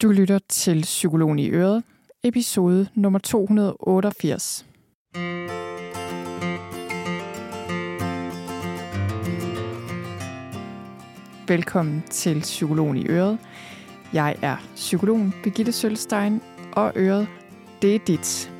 Du lytter til Psykologen i Øret, episode nummer 288. Velkommen til Psykologen i Øret. Jeg er psykologen Birgitte Sølstein, og Øret, det er dit.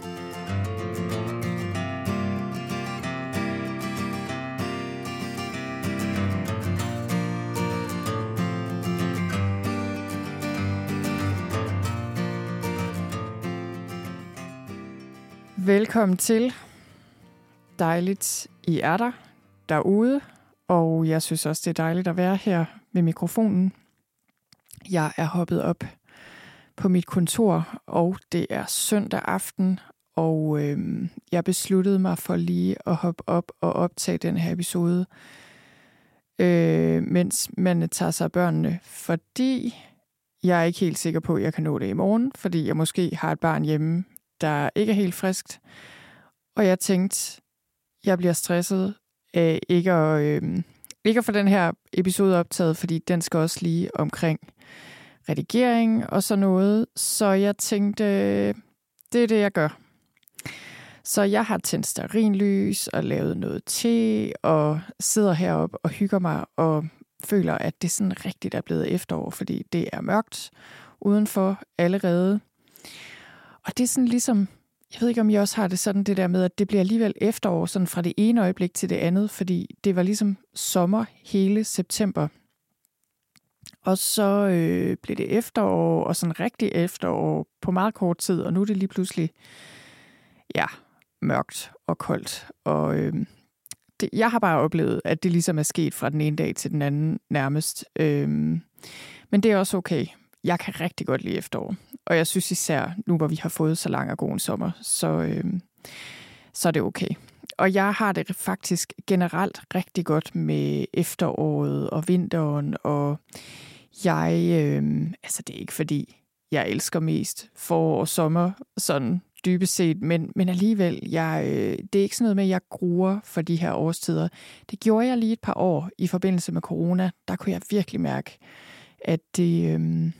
Velkommen til. Dejligt, I er der derude, og jeg synes også, det er dejligt at være her ved mikrofonen. Jeg er hoppet op på mit kontor, og det er søndag aften, og jeg besluttede mig for lige at hoppe op og optage den her episode, mens man tager sig af børnene, fordi jeg er ikke helt sikker på, at jeg kan nå det i morgen, fordi jeg måske har et barn hjemme, der ikke er helt friskt. Og jeg tænkte, jeg bliver stresset af ikke at få den her episode optaget, fordi den skal også lige omkring redigering og sådan noget. Så jeg tænkte, det er det, jeg gør. Så jeg har tændt stearinlys og lavet noget te og sidder heroppe og hygger mig og føler, at det sådan rigtigt er blevet efterår, fordi det er mørkt udenfor allerede. Og det er sådan ligesom, jeg ved ikke, om I også har det sådan, det der med, at det bliver alligevel efterår, sådan fra det ene øjeblik til det andet, fordi det var ligesom sommer hele september. Og så blev det efterår, og sådan rigtig efterår på meget kort tid, og nu er det lige pludselig, mørkt og koldt. Og jeg har bare oplevet, at det ligesom er sket fra den ene dag til den anden nærmest. Men det er også okay. Jeg kan rigtig godt lide efterår. Og jeg synes især, nu hvor vi har fået så lang og god en sommer, så er det okay. Og jeg har det faktisk generelt rigtig godt med efteråret og vinteren. Og jeg, det er ikke fordi, jeg elsker mest forår og sommer, sådan dybest set. Men alligevel, det er ikke sådan noget med, at jeg gruer for de her årstider. Det gjorde jeg lige et par år i forbindelse med corona. Der kunne jeg virkelig mærke, at det...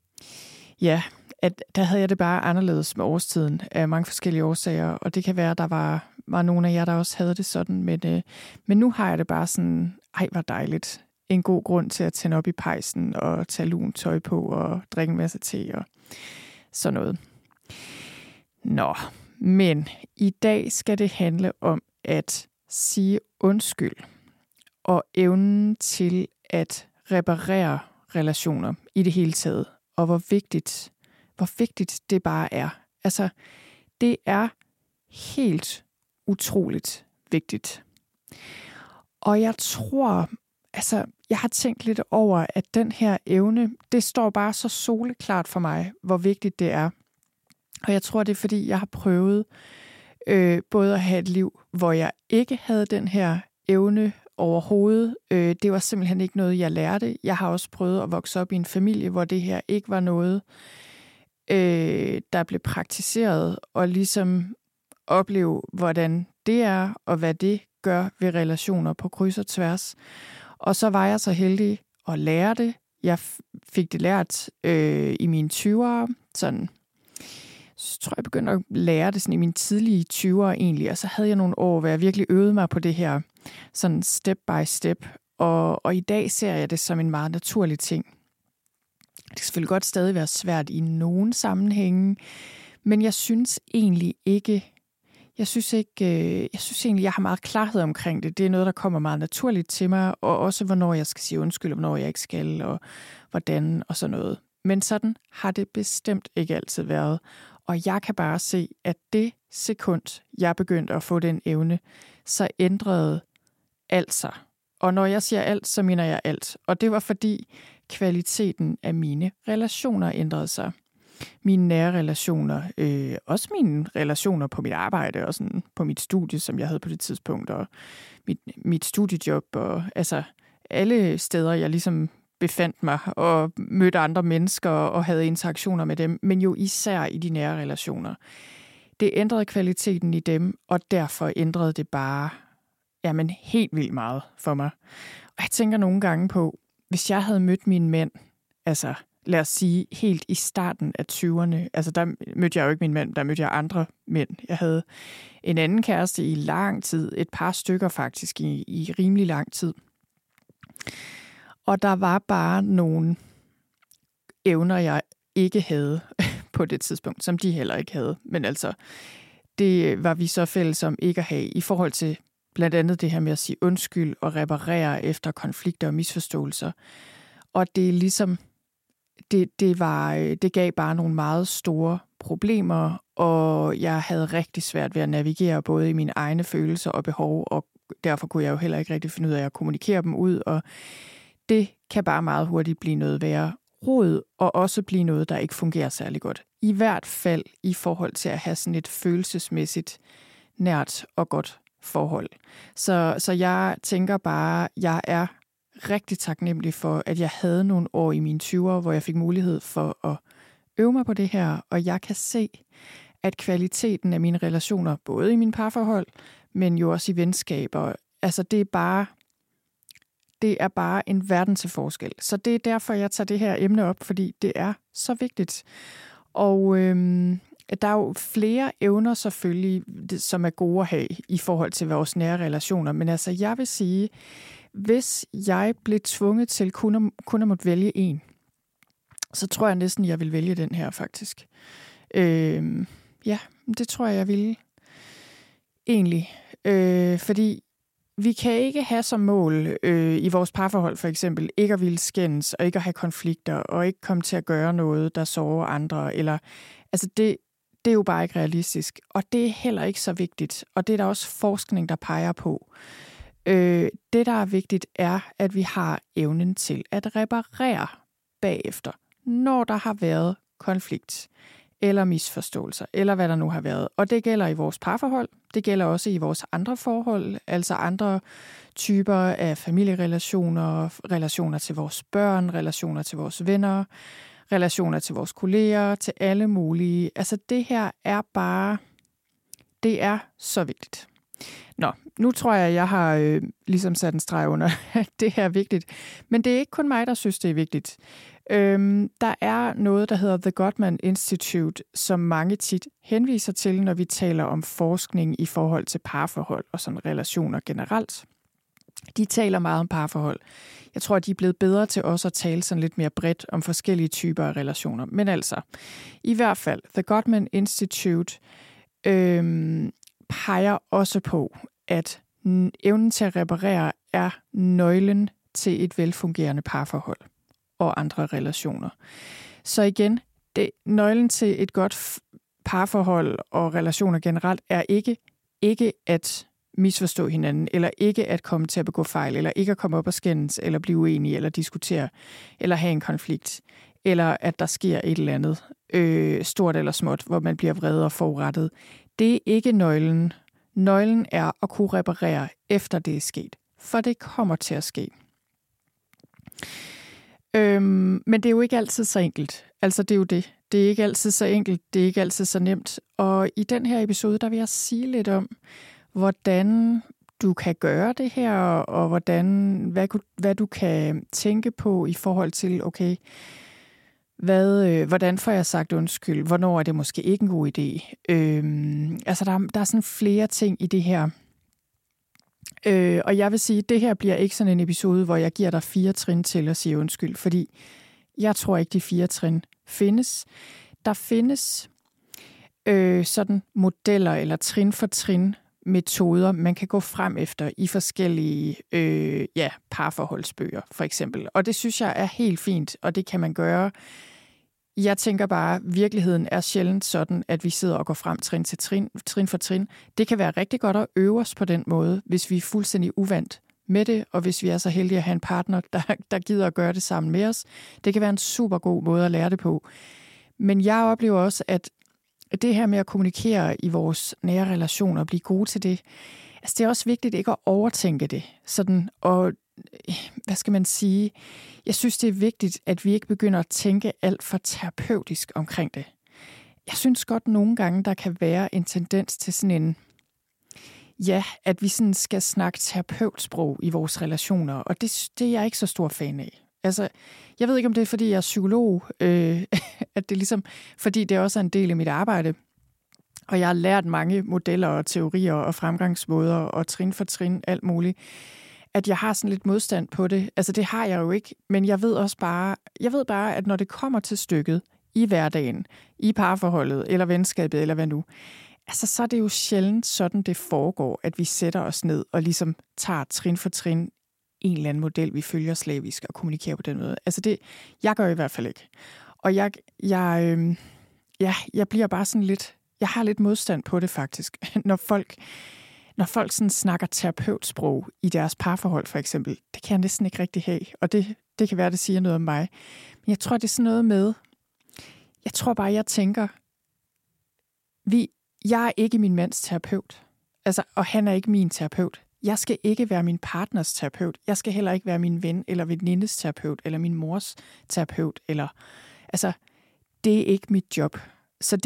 at der havde jeg det bare anderledes med årstiden af mange forskellige årsager, og det kan være, at der var nogle af jer, der også havde det sådan, men nu har jeg det bare sådan, hvor dejligt. En god grund til at tænde op i pejsen og tage lunt tøj på og drikke en masse te og sådan noget. Nå, men i dag skal det handle om at sige undskyld og evnen til at reparere relationer i det hele taget. Og hvor vigtigt det bare er. Altså, det er helt utroligt vigtigt. Og jeg tror, jeg har tænkt lidt over, at den her evne, det står bare så soleklart for mig, hvor vigtigt det er. Og jeg tror, det er fordi, jeg har prøvet både at have et liv, hvor jeg ikke havde den her evne overhovedet. Det var simpelthen ikke noget, jeg lærte. Jeg har også prøvet at vokse op i en familie, hvor det her ikke var noget, der blev praktiseret, og ligesom opleve, hvordan det er, og hvad det gør ved relationer på kryds og tværs. Og så var jeg så heldig at lære det. Jeg fik det lært i mine 20'ere, sådan. Så tror jeg begyndte at lære det sådan i mine tidlige 20'ere egentlig, og så havde jeg nogle år, hvor jeg virkelig øvede mig på det her, sådan step by step, og i dag ser jeg det som en meget naturlig ting. Det kan selvfølgelig godt stadig være svært i nogen sammenhænge, men jeg synes egentlig, jeg har meget klarhed omkring det. Det er noget, der kommer meget naturligt til mig, og også hvornår jeg skal sige undskyld, og hvornår jeg ikke skal, og hvordan, og sådan noget. Men sådan har det bestemt ikke altid været. Og jeg kan bare se, at det sekund, jeg begyndte at få den evne, så ændrede alt sig. Og når jeg siger alt, så mener jeg alt. Og det var fordi kvaliteten af mine relationer ændrede sig. Mine nære relationer, også mine relationer på mit arbejde, og sådan på mit studie, som jeg havde på det tidspunkt, og mit studiejob, og alle steder, jeg ligesom befandt mig og mødte andre mennesker og havde interaktioner med dem, men jo især i de nære relationer. Det ændrede kvaliteten i dem, og derfor ændrede det bare helt vildt meget for mig. Og jeg tænker nogle gange på, hvis jeg havde mødt mine mænd, lad os sige, helt i starten af 20'erne. Altså, der mødte jeg jo ikke min mand, der mødte jeg andre mænd. Jeg havde en anden kæreste i lang tid, et par stykker faktisk, i rimelig lang tid. Og der var bare nogle evner, jeg ikke havde på det tidspunkt, som de heller ikke havde. Men altså, det var vi så fælles om ikke at have i forhold til blandt andet det her med at sige undskyld og reparere efter konflikter og misforståelser. Og det er ligesom, det gav bare nogle meget store problemer, og jeg havde rigtig svært ved at navigere både i mine egne følelser og behov, og derfor kunne jeg jo heller ikke rigtig finde ud af at kommunikere dem ud, og det kan bare meget hurtigt blive noget værre rod, og også blive noget, der ikke fungerer særlig godt. I hvert fald i forhold til at have sådan et følelsesmæssigt nært og godt forhold. Så jeg tænker bare, jeg er rigtig taknemmelig for, at jeg havde nogle år i mine 20'ere, hvor jeg fik mulighed for at øve mig på det her, og jeg kan se, at kvaliteten af mine relationer, både i mine parforhold, men jo også i venskaber, altså det er bare en verden til forskel. Så det er derfor, jeg tager det her emne op, fordi det er så vigtigt. Og der er jo flere evner selvfølgelig, som er gode at have i forhold til vores nære relationer. Men altså, jeg vil sige, hvis jeg blev tvunget til kun at måtte vælge en, så tror jeg næsten, jeg vil vælge den her faktisk. Ja, det tror jeg ville. Egentlig. Fordi vi kan ikke have som mål i vores parforhold for eksempel, ikke at ville skændes, og ikke at have konflikter, og ikke komme til at gøre noget, der sårer andre. Eller, altså det er jo bare ikke realistisk. Og det er heller ikke så vigtigt. Og det er der også forskning, der peger på. Det, der er vigtigt, er, at vi har evnen til at reparere bagefter, når der har været konflikt eller misforståelser, eller hvad der nu har været. Og det gælder i vores parforhold, det gælder også i vores andre forhold, altså andre typer af familierelationer, relationer til vores børn, relationer til vores venner, relationer til vores kolleger, til alle mulige. Altså det her er bare, det er så vigtigt. Nå, nu tror jeg har ligesom sat en streg under, at det her er vigtigt. Men det er ikke kun mig, der synes, det er vigtigt. Der er noget, der hedder The Gottman Institute, som mange tit henviser til, når vi taler om forskning i forhold til parforhold og sådan relationer generelt. De taler meget om parforhold. Jeg tror, de er blevet bedre til også at tale sådan lidt mere bredt om forskellige typer af relationer. Men altså, i hvert fald, The Gottman Institute peger også på, at evnen til at reparere er nøglen til et velfungerende parforhold og andre relationer. Så igen, nøglen til et godt parforhold og relationer generelt er ikke at misforstå hinanden, eller ikke at komme til at begå fejl, eller ikke at komme op og skændes, eller blive uenige, eller diskutere, eller have en konflikt, eller at der sker et eller andet, stort eller småt, hvor man bliver vred og forurettet. Det er ikke nøglen. Nøglen er at kunne reparere, efter det er sket. For det kommer til at ske. Men det er jo ikke altid så enkelt. Altså, det er jo det. Det er ikke altid så enkelt. Det er ikke altid så nemt. Og i den her episode, der vil jeg sige lidt om, hvordan du kan gøre det her, og hvad du kan tænke på i forhold til, okay, hvordan får jeg sagt undskyld? Hvornår er det måske ikke en god idé? Altså, der er sådan flere ting i det her. Og jeg vil sige, at det her bliver ikke sådan en episode, hvor jeg giver dig 4 trin til at sige undskyld, fordi jeg tror ikke, de 4 trin findes. Der findes sådan modeller eller trin for trin metoder, man kan gå frem efter i forskellige parforholdsbøger, for eksempel. Og det synes jeg er helt fint, og det kan man gøre. Jeg tænker bare, at virkeligheden er sjældent sådan, at vi sidder og går frem trin for trin. Det kan være rigtig godt at øve os på den måde, hvis vi er fuldstændig uvant med det, og hvis vi er så heldige at have en partner, der gider at gøre det sammen med os. Det kan være en super god måde at lære det på. Men jeg oplever også, at det her med at kommunikere i vores nære relationer og blive gode til det, altså det er også vigtigt ikke at overtænke det. Sådan, og hvad skal man sige? Jeg synes, det er vigtigt, at vi ikke begynder at tænke alt for terapeutisk omkring det. Jeg synes godt nogle gange, der kan være en tendens til sådan en, at vi sådan skal snakke terapeutsprog i vores relationer, og det er jeg ikke så stor fan af. Altså, jeg ved ikke, om det er, fordi jeg er psykolog, at det ligesom, fordi det også er en del af mit arbejde, og jeg har lært mange modeller og teorier og fremgangsmåder og trin for trin, alt muligt, at jeg har sådan lidt modstand på det. Altså, det har jeg jo ikke, men jeg ved bare, at når det kommer til stykket i hverdagen, i parforholdet, eller venskabet, eller hvad nu, altså, så er det jo sjældent sådan, det foregår, at vi sætter os ned og ligesom tager trin for trin en eller anden model, vi følger slavisk og kommunikerer på den måde. Altså, det, jeg gør i hvert fald ikke. Og jeg bliver bare sådan lidt, jeg har lidt modstand på det faktisk, når folk sådan snakker terapeutsprog i deres parforhold, for eksempel. Det kan jeg næsten ikke rigtig have, og det kan være, det siger noget om mig. Men jeg tror, det er sådan noget med, jeg tror bare, jeg tænker, jeg er ikke min mands terapeut, altså, og han er ikke min terapeut. Jeg skal ikke være min partners terapeut. Jeg skal heller ikke være min ven eller venindes terapeut, eller min mors terapeut, eller, altså, det er ikke mit job. Så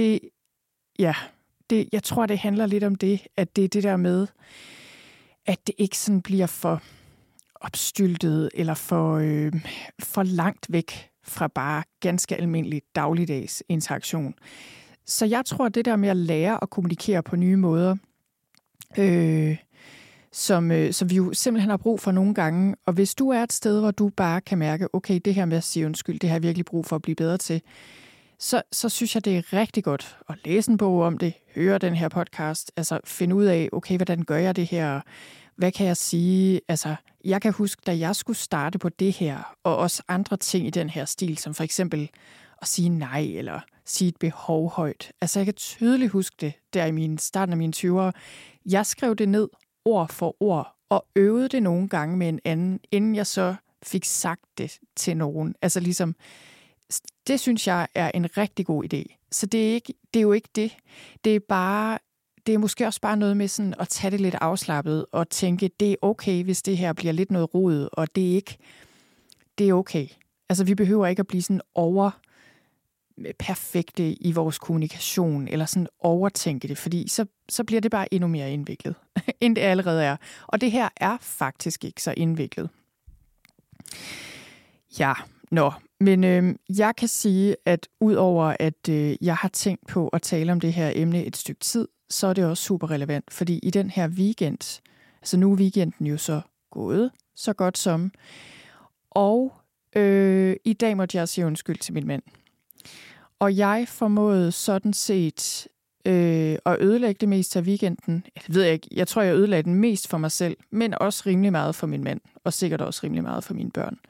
jeg tror, det handler lidt om det, at det er det der med, at det ikke sådan bliver for opstyltet, eller for langt væk fra bare ganske almindelig dagligdags interaktion. Så jeg tror, det der med at lære at kommunikere på nye måder, som vi jo simpelthen har brug for nogle gange. Og hvis du er et sted, hvor du bare kan mærke, okay, det her med at sige undskyld, det har jeg virkelig brug for at blive bedre til, så synes jeg, det er rigtig godt at læse en bog om det, høre den her podcast, altså finde ud af, okay, hvordan gør jeg det her? Hvad kan jeg sige? Altså, jeg kan huske, da jeg skulle starte på det her, og også andre ting i den her stil, som for eksempel at sige nej, eller sige et behov højt. Altså, jeg kan tydeligt huske det, der i starten af mine 20'ere. Jeg skrev det ned, ord for ord, og øvede det nogle gange med en anden, inden jeg så fik sagt det til nogen. Altså ligesom, det synes jeg er en rigtig god idé. Så det er jo ikke det. Det er måske også bare noget med sådan at tage det lidt afslappet og tænke, det er okay, hvis det her bliver lidt noget rodet, og det er okay. Altså, vi behøver ikke at blive sådan perfekte i vores kommunikation, eller sådan overtænke det, fordi så bliver det bare endnu mere indviklet, end det allerede er. Og det her er faktisk ikke så indviklet. Ja, men jeg kan sige, at udover at jeg har tænkt på at tale om det her emne et stykke tid, så er det også super relevant, fordi i den her weekend, altså nu er weekenden jo så gået, så godt som, og i dag måtte jeg sige undskyld til min mand. Og jeg formåede sådan set at ødelægge det meste af weekenden. Jeg ved ikke, jeg tror, jeg ødelagde den mest for mig selv, men også rimelig meget for min mand, og sikkert også rimelig meget for mine børn.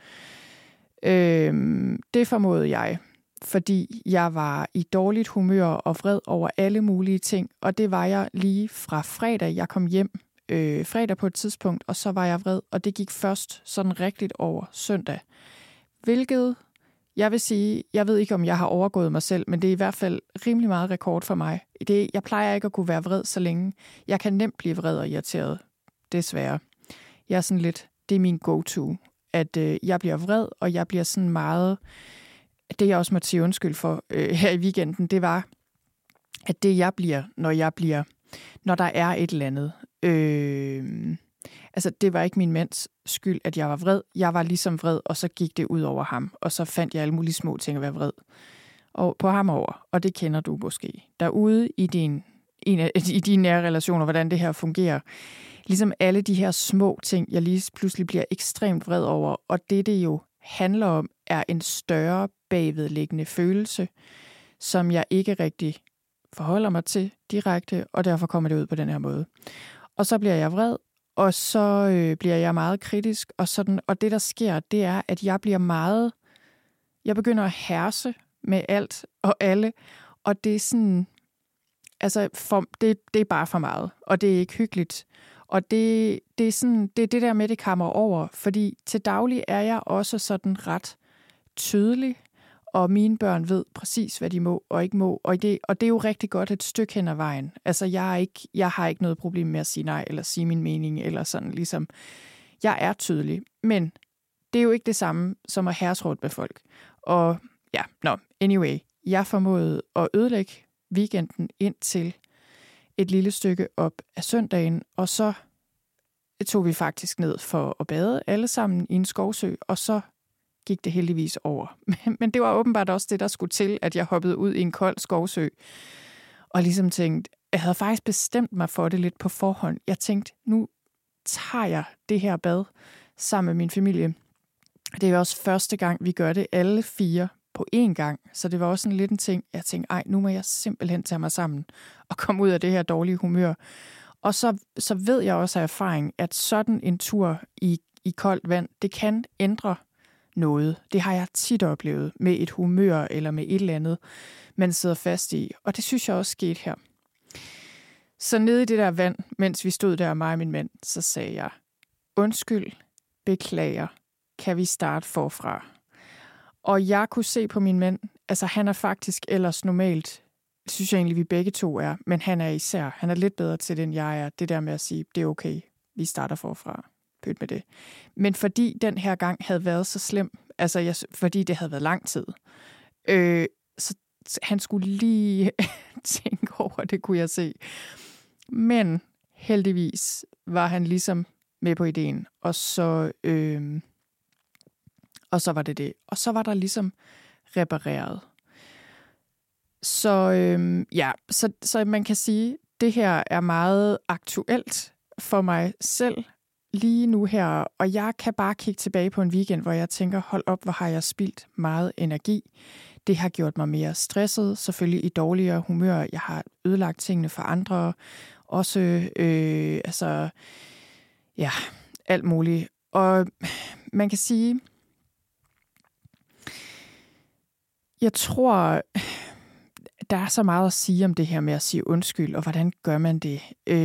Det formåede jeg, fordi jeg var i dårligt humør og vred over alle mulige ting, og det var jeg lige fra fredag. Jeg kom hjem fredag på et tidspunkt, og så var jeg vred, og det gik først sådan rigtigt over søndag. Hvilket, jeg vil sige, jeg ved ikke, om jeg har overgået mig selv, men det er i hvert fald rimelig meget rekord for mig. Jeg plejer ikke at kunne være vred så længe. Jeg kan nemt blive vred og irriteret, desværre. Jeg er sådan lidt, det er min go-to, at jeg bliver vred, og jeg bliver sådan meget. Det jeg også måtte sige undskyld for her i weekenden, det var, at det jeg bliver, når der er et eller andet. Altså, det var ikke min mands skyld, at jeg var vred. Jeg var ligesom vred, og så gik det ud over ham. Og så fandt jeg alle mulige små ting at være vred og på ham over. Og det kender du måske. Derude i dine nære relationer, hvordan det her fungerer. Ligesom alle de her små ting, jeg lige pludselig bliver ekstremt vred over. Og det jo handler om, er en større bagvedliggende følelse, som jeg ikke rigtig forholder mig til direkte, og derfor kommer det ud på den her måde. Og så bliver jeg vred, og så bliver jeg meget kritisk, og sådan. Og det, der sker, det er, at jeg begynder at herse med alt og alle, og det er sådan, altså, det er bare for meget, og det er ikke hyggeligt. Og det er sådan, det er det der med, det kammer over, fordi til daglig er jeg også sådan ret tydelig, og mine børn ved præcis, hvad de må og ikke må, og det er jo rigtig godt et stykke hen ad vejen. Altså, jeg har ikke noget problem med at sige nej, eller sige min mening, eller sådan ligesom. Jeg er tydelig, men det er jo ikke det samme som at herse rundt med folk. Og ja, anyway, jeg formåede at ødelægge weekenden ind til et lille stykke op af søndagen, og så tog vi faktisk ned for at bade alle sammen i en skovsø, og så gik det heldigvis over. Men det var åbenbart også det, der skulle til, at jeg hoppede ud i en kold skovsø. Og ligesom tænkte, jeg havde faktisk bestemt mig for det lidt på forhånd. Jeg tænkte, nu tager jeg det her bad sammen med min familie. Det er også første gang, vi gør det alle 4 på én gang. Så det var også sådan lidt en ting, jeg tænkte, nu må jeg simpelthen tage mig sammen og komme ud af det her dårlige humør. Og så ved jeg også af erfaring, at sådan en tur i koldt vand, det kan ændre noget. Det har jeg tit oplevet med et humør eller med et eller andet, man sidder fast i. Og det synes jeg også skete her. Så nede i det der vand, mens vi stod der, mig og min mand, så sagde jeg, undskyld, beklager, kan vi starte forfra? Og jeg kunne se på min mand, altså han er faktisk ellers normalt, det synes jeg egentlig, vi begge to er, men han er lidt bedre til det, end jeg er. Det der med at sige, det er okay, vi starter forfra. Pyt med det. Men fordi den her gang havde været så slem, altså fordi det havde været lang tid, så han skulle lige tænke over det, kunne jeg se. Men heldigvis var han ligesom med på ideen, og så var det. Og så var der ligesom repareret. Så man kan sige, det her er meget aktuelt for mig selv lige nu her, og jeg kan bare kigge tilbage på en weekend, hvor jeg tænker, hold op, hvor har jeg spildt meget energi. Det har gjort mig mere stresset, selvfølgelig i dårligere humør. Jeg har ødelagt tingene for andre, også alt muligt. Og man kan sige, jeg tror, der er så meget at sige om det her med at sige undskyld, og hvordan gør man det?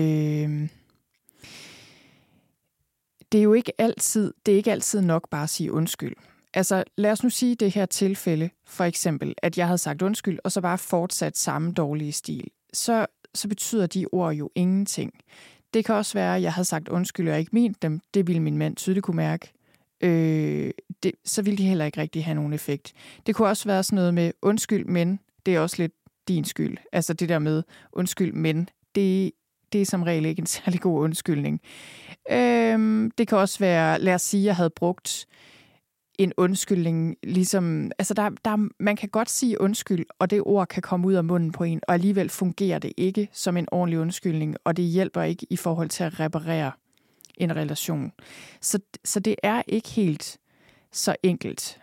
Det er jo ikke altid nok bare at sige undskyld. Altså, lad os nu sige det her tilfælde, for eksempel, at jeg havde sagt undskyld, og så bare fortsat samme dårlige stil. Så betyder de ord jo ingenting. Det kan også være, at jeg havde sagt undskyld, og jeg ikke mente dem. Det ville min mand tydeligt kunne mærke. Så ville de heller ikke rigtig have nogen effekt. Det kunne også være sådan noget med undskyld, men det er også lidt din skyld. Altså det der med undskyld, men det er som regel ikke en særlig god undskyldning. Det kan også være, lad os sige, at jeg havde brugt en undskyldning, ligesom, altså man kan godt sige undskyld, og det ord kan komme ud af munden på en, og alligevel fungerer det ikke som en ordentlig undskyldning, og det hjælper ikke i forhold til at reparere en relation. Så det er ikke helt så enkelt.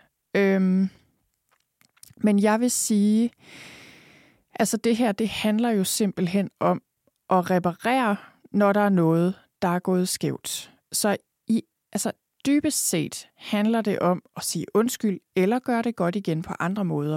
Men jeg vil sige, altså det her, det handler jo simpelthen om at reparere, når der er noget, der er gået skævt. Så dybest set handler det om at sige undskyld, eller gøre det godt igen på andre måder.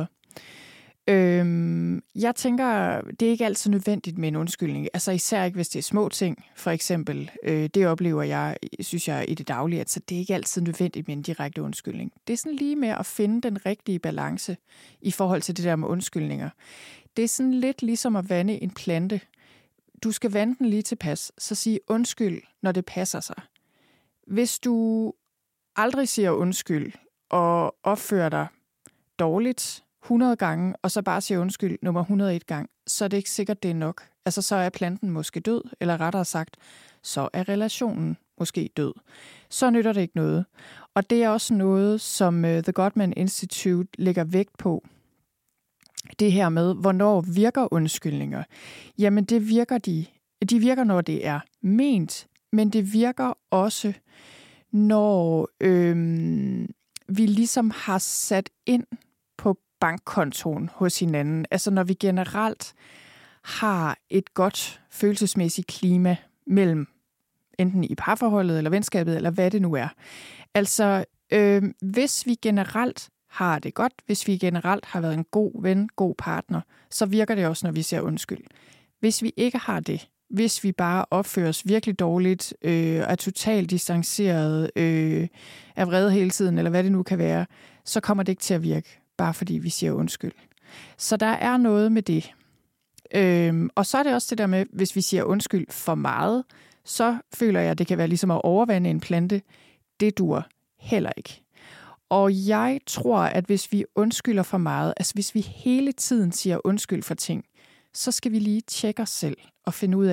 Jeg tænker, det er ikke altid nødvendigt med en undskyldning. Altså især ikke, hvis det er små ting, for eksempel. Det oplever jeg, synes jeg, i det daglige. Altså det er ikke altid nødvendigt med en direkte undskyldning. Det er sådan lige med at finde den rigtige balance i forhold til det der med undskyldninger. Det er sådan lidt ligesom at vande en plante. Du skal vande den lige tilpas, så sig undskyld, når det passer sig. Hvis du aldrig siger undskyld og opfører dig dårligt 100 gange, og så bare siger undskyld nummer 101 gang, så er det ikke sikkert, det er nok. Altså så er planten måske død, eller rettere sagt, så er relationen måske død. Så nytter det ikke noget. Og det er også noget, som The Gottman Institute lægger vægt på. Det her med, hvornår virker undskyldninger? Jamen det virker de virker, når det er ment, men det virker også, når vi ligesom har sat ind på bankkontoen hos hinanden. Altså når vi generelt har et godt følelsesmæssigt klima mellem enten i parforholdet eller venskabet, eller hvad det nu er. Altså hvis vi generelt har det godt, hvis vi generelt har været en god ven, god partner, så virker det også, når vi siger undskyld. Hvis vi ikke har det, hvis vi bare opfører os virkelig dårligt, er totalt distanceret, er vrede hele tiden, eller hvad det nu kan være, så kommer det ikke til at virke, bare fordi vi siger undskyld. Så der er noget med det. Og så er det også det der med, hvis vi siger undskyld for meget, så føler jeg, at det kan være ligesom at overvande en plante. Det dur heller ikke. Og jeg tror, at hvis vi undskylder for meget, altså hvis vi hele tiden siger undskyld for ting, så skal vi lige tjekke os selv og finde ud af,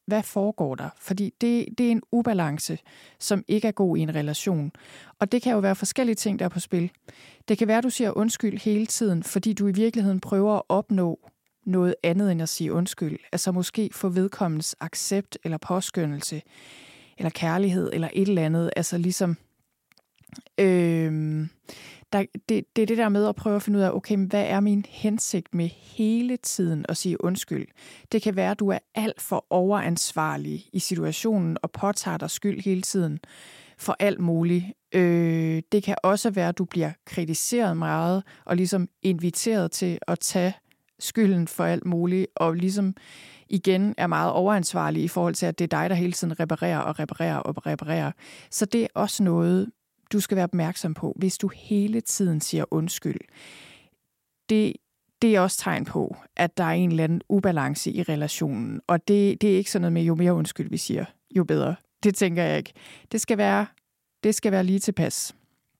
hvad foregår der? Fordi det er en ubalance, som ikke er god i en relation. Og det kan jo være forskellige ting, der er på spil. Det kan være, at du siger undskyld hele tiden, fordi du i virkeligheden prøver at opnå noget andet end at sige undskyld. Altså måske få vedkommens accept eller påskyndelse, eller kærlighed, eller et eller andet. Altså ligesom... det er det der med at prøve at finde ud af, okay, hvad er min hensigt med hele tiden at sige undskyld? Det kan være, at du er alt for overansvarlig i situationen og påtager dig skyld hele tiden for alt muligt. Det kan også være, at du bliver kritiseret meget og ligesom inviteret til at tage skylden for alt muligt og ligesom igen er meget overansvarlig i forhold til, at det er dig, der hele tiden reparerer. Så det er også noget, du skal være opmærksom på, hvis du hele tiden siger undskyld. Det er også tegn på, at der er en eller anden ubalance i relationen. Og det er ikke sådan noget med, jo mere undskyld vi siger, jo bedre. Det tænker jeg ikke. Det skal være lige tilpas.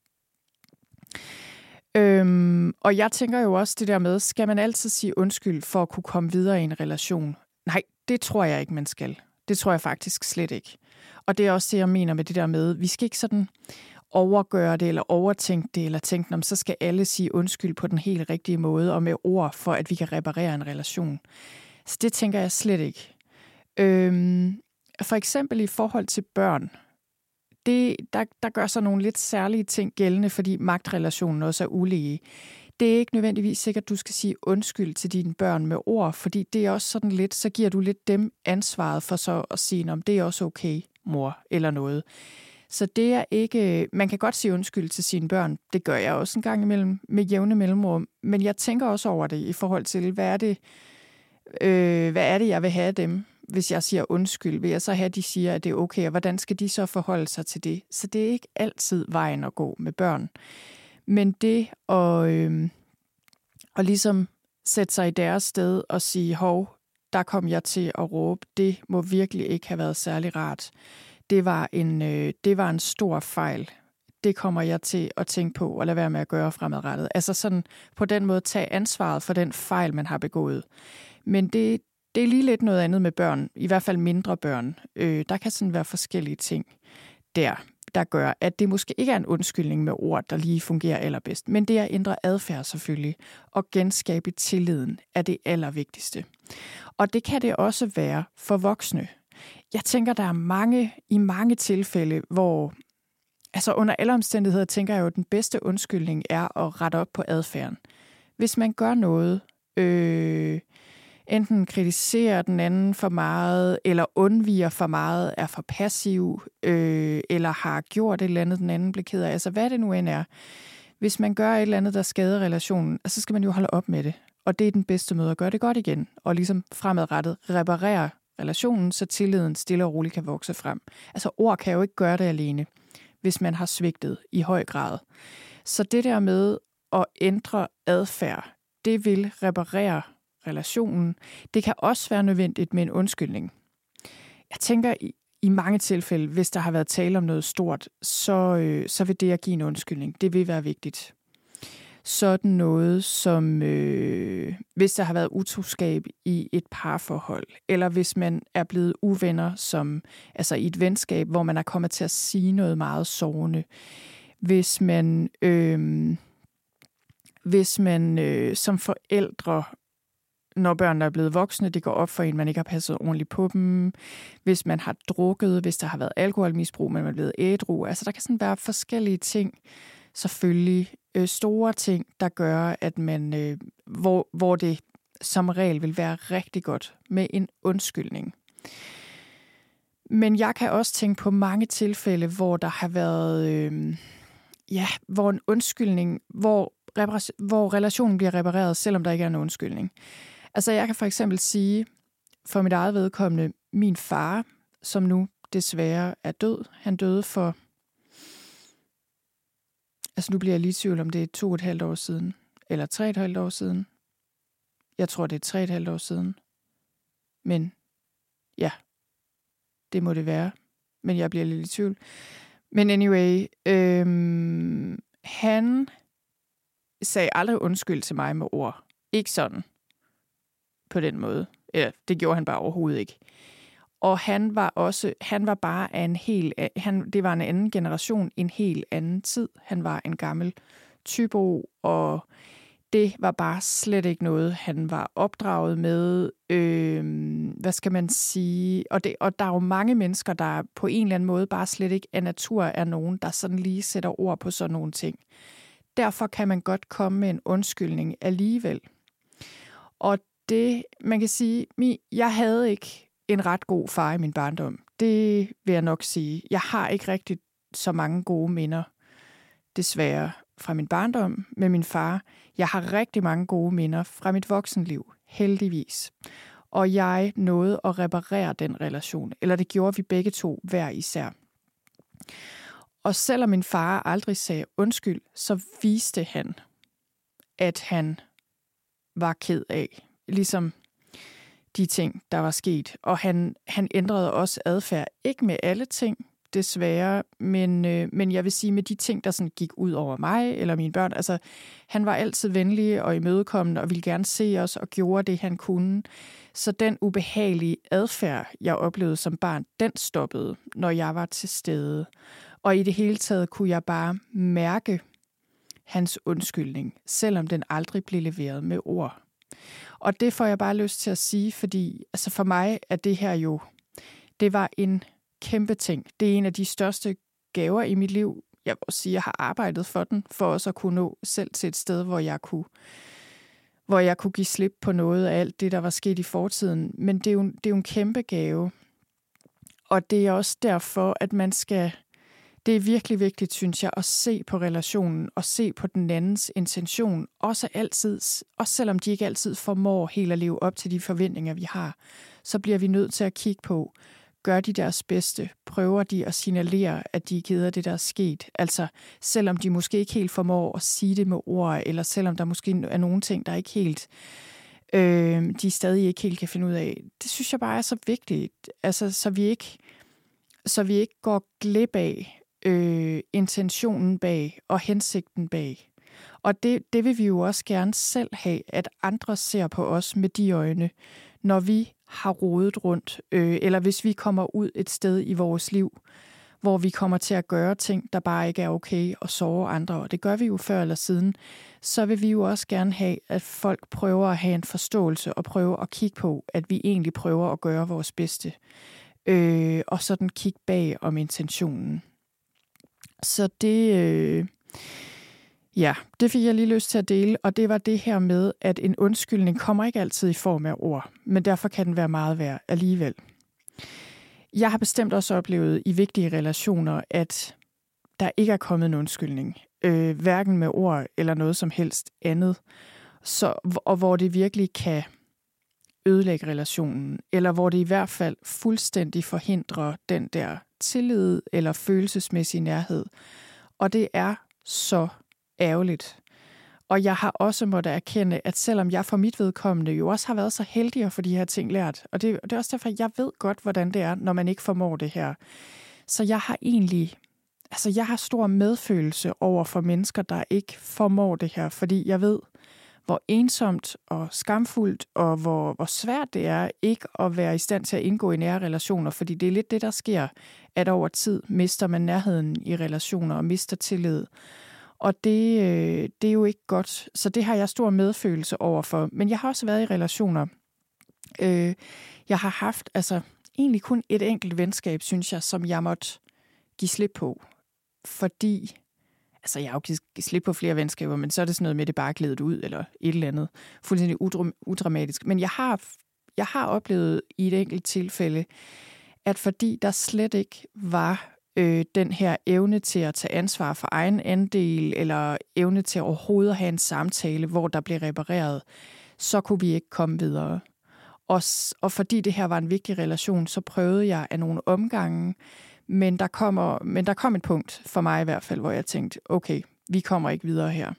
Og jeg tænker jo også det der med, skal man altid sige undskyld for at kunne komme videre i en relation? Nej, det tror jeg ikke, man skal. Det tror jeg faktisk slet ikke. Og det er også det, jeg mener med det der med, vi skal ikke sådan overgøre det, eller overtænke det, eller tænke, så skal alle sige undskyld på den helt rigtige måde, og med ord, for at vi kan reparere en relation. Så det tænker jeg slet ikke. For eksempel i forhold til børn, der gør sig nogle lidt særlige ting gældende, fordi magtrelationen også er ulige. Det er ikke nødvendigvis sikkert, at du skal sige undskyld til dine børn med ord, fordi det er også sådan lidt, så giver du lidt dem ansvaret for så at sige, om det er også okay, mor, eller noget. Så det er ikke... Man kan godt sige undskyld til sine børn. Det gør jeg også en gang imellem med jævne mellemrum. Men jeg tænker også over det i forhold til, hvad er det, jeg vil have af dem, hvis jeg siger undskyld? Vil jeg så have, at de siger, at det er okay, og hvordan skal de så forholde sig til det? Så det er ikke altid vejen at gå med børn. Men det at ligesom sætte sig i deres sted og sige, hov, der kom jeg til at råbe, det må virkelig ikke have været særlig rart. Det var en stor fejl. Det kommer jeg til at tænke på og lade være med at gøre fremadrettet. Altså sådan på den måde tage ansvaret for den fejl, man har begået. Men det er lige lidt noget andet med børn, i hvert fald mindre børn. Der kan sådan være forskellige ting der gør, at det måske ikke er en undskyldning med ord, der lige fungerer allerbedst. Men det er at ændre adfærd selvfølgelig, og genskabe tilliden er det allervigtigste. Og det kan det også være for voksne. Jeg tænker, der er i mange tilfælde, hvor, altså under alle omstændigheder, tænker jeg jo, at den bedste undskyldning er at rette op på adfærden. Hvis man gør noget, enten kritiserer den anden for meget, eller undviger for meget, er for passiv, eller har gjort et eller andet, den anden bliver ked af. Altså hvad det nu end er. Hvis man gør et eller andet, der skader relationen, så skal man jo holde op med det. Og det er den bedste måde at gøre det godt igen. Og ligesom fremadrettet reparere relationen, så tilliden stille og roligt kan vokse frem. Altså ord kan jo ikke gøre det alene, hvis man har svigtet i høj grad. Så det der med at ændre adfærd, det vil reparere relationen. Det kan også være nødvendigt med en undskyldning. Jeg tænker i mange tilfælde, hvis der har været tale om noget stort, så vil det at give en undskyldning, det vil være vigtigt. Sådan noget som, hvis der har været utroskab i et parforhold, eller hvis man er blevet uvenner, som, altså i et venskab, hvor man er kommet til at sige noget meget sårende. Hvis man som forældre, når børnene er blevet voksne, det går op for en, man ikke har passet ordentligt på dem. Hvis man har drukket, hvis der har været alkoholmisbrug, men man er blevet ædru. Altså der kan sådan være forskellige ting, selvfølgelig store ting, der gør, at man, hvor det som regel vil være rigtig godt med en undskyldning. Men jeg kan også tænke på mange tilfælde, hvor der har været, hvor en undskyldning, hvor relationen bliver repareret, selvom der ikke er en undskyldning. Altså jeg kan for eksempel sige, for mit eget vedkommende, min far, som nu desværre er død, han døde for, altså nu bliver jeg lige i tvivl om det er 2,5 år siden, eller 3,5 år siden. Jeg tror, det er 3,5 år siden. Men ja, det må det være. Men jeg bliver lidt i tvivl. Men anyway, han sagde aldrig undskyld til mig med ord. Ikke sådan. På den måde. Ja, det gjorde han bare overhovedet ikke. Og han var bare af det var en anden generation, en helt anden tid. Han var en gammel typo, og det var bare slet ikke noget, han var opdraget med. Hvad skal man sige? Og der er jo mange mennesker, der på en eller anden måde bare slet ikke af natur er nogen, der sådan lige sætter ord på sådan nogle ting. Derfor kan man godt komme med en undskyldning alligevel. Og det, man kan sige, jeg havde ikke en ret god far i min barndom. Det vil jeg nok sige. Jeg har ikke rigtig så mange gode minder, desværre, fra min barndom med min far. Jeg har rigtig mange gode minder fra mit voksenliv, heldigvis. Og jeg nåede at reparere den relation, eller det gjorde vi begge to hver især. Og selvom min far aldrig sagde undskyld, så viste han, at han var ked af, ligesom de ting, der var sket. Og han ændrede også adfærd. Ikke med alle ting, desværre, men jeg vil sige med de ting, der sådan gik ud over mig eller mine børn. Altså, han var altid venlig og imødekommende og ville gerne se os og gjorde det, han kunne. Så den ubehagelige adfærd, jeg oplevede som barn, den stoppede, når jeg var til stede. Og i det hele taget kunne jeg bare mærke hans undskyldning, selvom den aldrig blev leveret med ord. Og det får jeg bare lyst til at sige, fordi altså for mig er det her jo, det var en kæmpe ting. Det er en af de største gaver i mit liv. Jeg vil sige, jeg har arbejdet for den, for også at kunne nå selv til et sted, hvor jeg kunne give slip på noget af alt det, der var sket i fortiden. Men det er jo en kæmpe gave. Og det er også derfor, at det er virkelig vigtigt, synes jeg, at se på relationen og se på den andens intention. Også selvom de ikke altid formår helt at leve op til de forventninger, vi har, så bliver vi nødt til at kigge på, gør de deres bedste? Prøver de at signalere, at de er kede af det, der er sket? Altså, selvom de måske ikke helt formår at sige det med ord, eller selvom der måske er nogle ting, der ikke helt, de stadig ikke helt kan finde ud af. Det synes jeg bare er så vigtigt, altså, så vi ikke går glip af intentionen bag og hensigten bag. Og det vil vi jo også gerne selv have, at andre ser på os med de øjne, når vi har rodet rundt, eller hvis vi kommer ud et sted i vores liv, hvor vi kommer til at gøre ting, der bare ikke er okay, og såre andre, og det gør vi jo før eller siden, så vil vi jo også gerne have, at folk prøver at have en forståelse, og prøver at kigge på, at vi egentlig prøver at gøre vores bedste, og sådan kigge bag om intentionen. Så det fik jeg lige lyst til at dele, og det var det her med, at en undskyldning kommer ikke altid i form af ord, men derfor kan den være meget værd alligevel. Jeg har bestemt også oplevet i vigtige relationer, at der ikke er kommet en undskyldning, hverken med ord eller noget som helst andet, og hvor det virkelig kan ødelægge relationen, eller hvor det i hvert fald fuldstændig forhindrer den der tillid eller følelsesmæssig nærhed. Og det er så ærgerligt. Og jeg har også måttet erkende, at selvom jeg for mit vedkommende jo også har været så heldig at få de her ting lært, og det er også derfor, jeg ved godt, hvordan det er, når man ikke formår det her. Så jeg har jeg har stor medfølelse over for mennesker, der ikke formår det her, fordi jeg ved, hvor ensomt og skamfuldt, og hvor svært det er ikke at være i stand til at indgå i nære relationer, fordi det er lidt det, der sker, at over tid mister man nærheden i relationer og mister tillid. Og det er jo ikke godt, så det har jeg stor medfølelse overfor. Men jeg har også været i relationer. Jeg har haft egentlig kun et enkelt venskab, synes jeg, som jeg måtte give slip på, fordi jeg har jo givet slip på flere venskaber, men så er det sådan noget med, det bare glædet ud, eller et eller andet. Fuldstændig udramatisk. Men jeg har oplevet i et enkelt tilfælde, at fordi der slet ikke var den her evne til at tage ansvar for egen andel, eller evne til overhovedet at have en samtale, hvor der blev repareret, så kunne vi ikke komme videre. Og fordi det her var en vigtig relation, så prøvede jeg af nogle omgange, men der kom et punkt, for mig i hvert fald, hvor jeg tænkte, okay, vi kommer ikke videre her.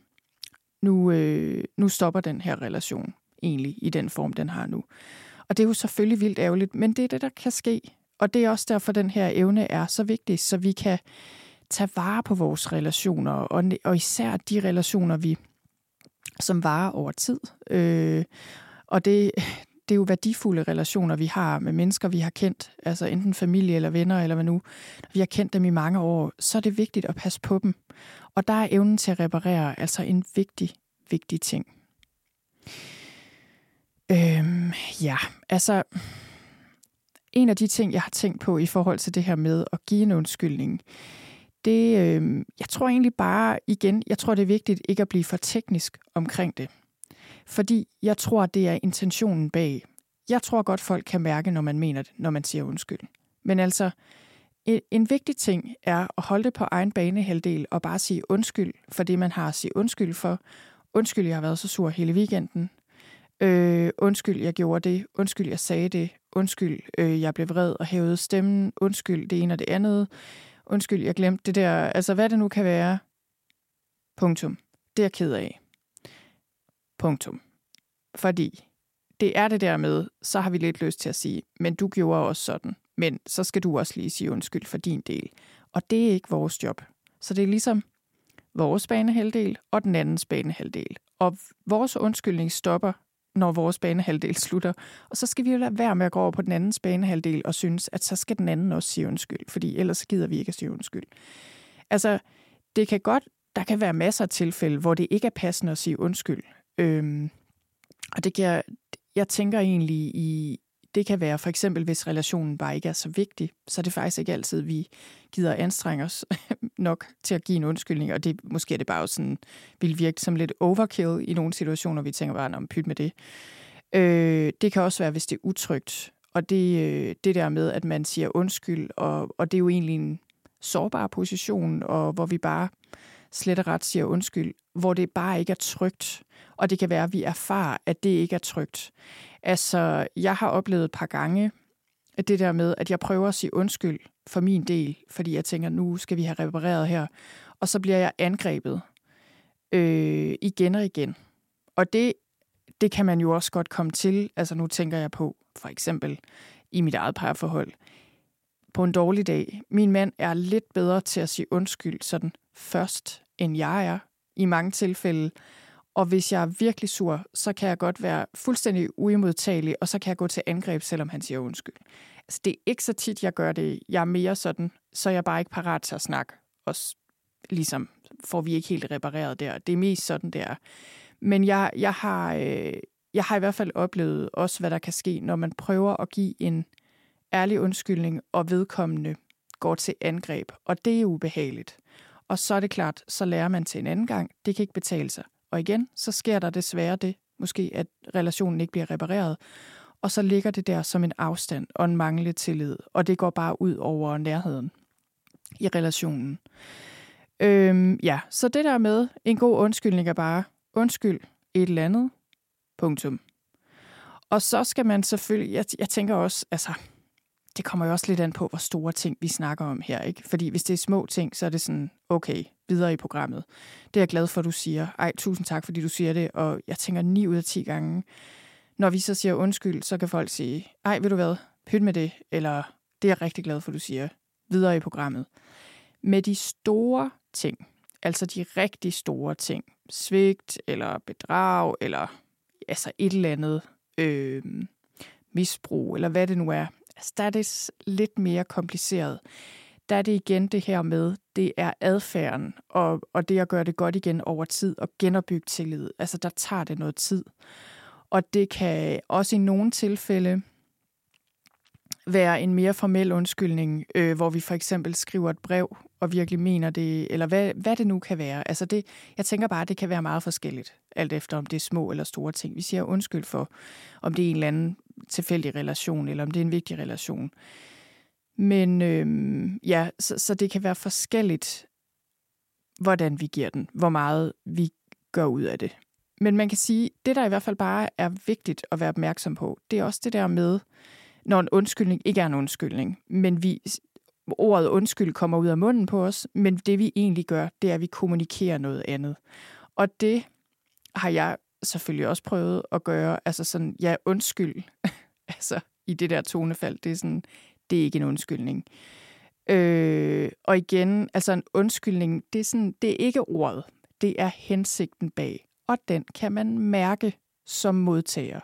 Nu stopper den her relation egentlig i den form, den har nu. Og det er jo selvfølgelig vildt ærgerligt, men det er det, der kan ske. Og det er også derfor, den her evne er så vigtig, så vi kan tage vare på vores relationer, og især de relationer, som varer over tid. Og det det er jo værdifulde relationer, vi har med mennesker, vi har kendt, altså enten familie eller venner, eller hvad nu. Vi har kendt dem i mange år, så er det vigtigt at passe på dem. Og der er evnen til at reparere altså en vigtig ting. Ja, altså en af de ting, jeg har tænkt på i forhold til det her med at give en undskyldning, det, jeg tror egentlig bare igen, jeg tror det er vigtigt ikke at blive for teknisk omkring det. Fordi jeg tror, det er intentionen bag. Jeg tror godt, folk kan mærke, når man mener det, når man siger undskyld. Men altså, en vigtig ting er at holde det på egen banehalvdel og bare sige undskyld for det, man har at sige undskyld for. Undskyld, jeg har været så sur hele weekenden. Undskyld, jeg gjorde det. Undskyld, jeg sagde det. Undskyld, jeg blev vred og hævede stemmen. Undskyld, det ene og det andet. Undskyld, jeg glemte det der. Altså, hvad det nu kan være. Punktum. Det er jeg ked af. Punktum. Fordi det er det der med, så har vi lidt lyst til at sige, men du gjorde også sådan. Men så skal du også lige sige undskyld for din del. Og det er ikke vores job. Så det er ligesom vores banehalvdel og den andens banehalvdel. Og vores undskyldning stopper, når vores banehalvdel slutter. Og så skal vi jo lade være med at gå over på den andens banehalvdel og synes, at så skal den anden også sige undskyld. Fordi ellers gider vi ikke at sige undskyld. Altså, det kan godt, der kan være masser af tilfælde, hvor det ikke er passende at sige undskyld. Og det kan jeg tænker egentlig det kan være for eksempel, hvis relationen bare ikke er så vigtig, så er det faktisk ikke altid, vi gider anstrenge os nok til at give en undskyldning, og det måske er det bare sådan, vil virke som lidt overkill i nogle situationer, vi tænker bare, pyt med det. Det kan også være, hvis det er utrygt, og det der med, at man siger undskyld, og det er jo egentlig en sårbar position, og hvor vi bare slet og ret siger undskyld, hvor det bare ikke er trygt. Og det kan være, at vi erfarer, at det ikke er trygt. Altså, jeg har oplevet et par gange, at det der med, at jeg prøver at sige undskyld for min del, fordi jeg tænker, nu skal vi have repareret her. Og så bliver jeg angrebet igen og igen. Og det kan man jo også godt komme til. Altså, nu tænker jeg på, for eksempel i mit eget parforhold, på en dårlig dag. Min mand er lidt bedre til at sige undskyld sådan først, end jeg er i mange tilfælde. Og hvis jeg er virkelig sur, så kan jeg godt være fuldstændig uimodtagelig, og så kan jeg gå til angreb, selvom han siger undskyld. Altså, det er ikke så tit, jeg gør det. Jeg er mere sådan, så er jeg bare ikke parat til at snakke. Og ligesom får vi ikke helt repareret der. Det er mest sådan, det er. Men jeg har i hvert fald oplevet også, hvad der kan ske, når man prøver at give en ærlig undskyldning, og vedkommende går til angreb. Og det er ubehageligt. Og så er det klart, så lærer man til en anden gang. Det kan ikke betale sig. Og igen, så sker der desværre det, måske at relationen ikke bliver repareret. Og så ligger det der som en afstand og en manglende tillid. Og det går bare ud over nærheden i relationen. Så det der med en god undskyldning er bare undskyld et eller andet. Punktum. Og så skal man selvfølgelig, jeg tænker også, altså, det kommer jo også lidt an på, hvor store ting vi snakker om her, ikke? Fordi hvis det er små ting, så er det sådan, okay, videre i programmet. Det er jeg glad for, at du siger. Ej, tusind tak, fordi du siger det. Og jeg tænker 9 ud af 10 gange, når vi så siger undskyld, så kan folk sige, ej, ved du hvad, pyt med det, eller det er jeg rigtig glad for, du siger, videre i programmet. Med de store ting, altså de rigtig store ting, svigt eller bedrag, eller altså et eller andet misbrug, eller hvad det nu er, altså, der er det lidt mere kompliceret. Der er det igen det her med, det er adfærden, og det at gøre det godt igen over tid, og genopbygge tillid. Altså, der tager det noget tid. Og det kan også i nogle tilfælde være en mere formel undskyldning, hvor vi for eksempel skriver et brev, og virkelig mener det, eller hvad det nu kan være. Altså jeg tænker bare, at det kan være meget forskelligt, alt efter om det er små eller store ting. Vi siger undskyld for, om det er en eller anden tilfældig relation, eller om det er en vigtig relation. Men så det kan være forskelligt, hvordan vi giver den, hvor meget vi gør ud af det. Men man kan sige, det der i hvert fald bare er vigtigt at være opmærksom på, det er også det der med, når en undskyldning ikke er en undskyldning, men ordet undskyld kommer ud af munden på os, men det vi egentlig gør, det er, at vi kommunikerer noget andet. Og det har jeg selvfølgelig også prøvet at gøre, altså sådan, ja, undskyld, altså i det der tonefald, det er sådan, det er ikke en undskyldning. Og igen, altså en undskyldning, det er ikke ordet, det er hensigten bag, og den kan man mærke som modtager.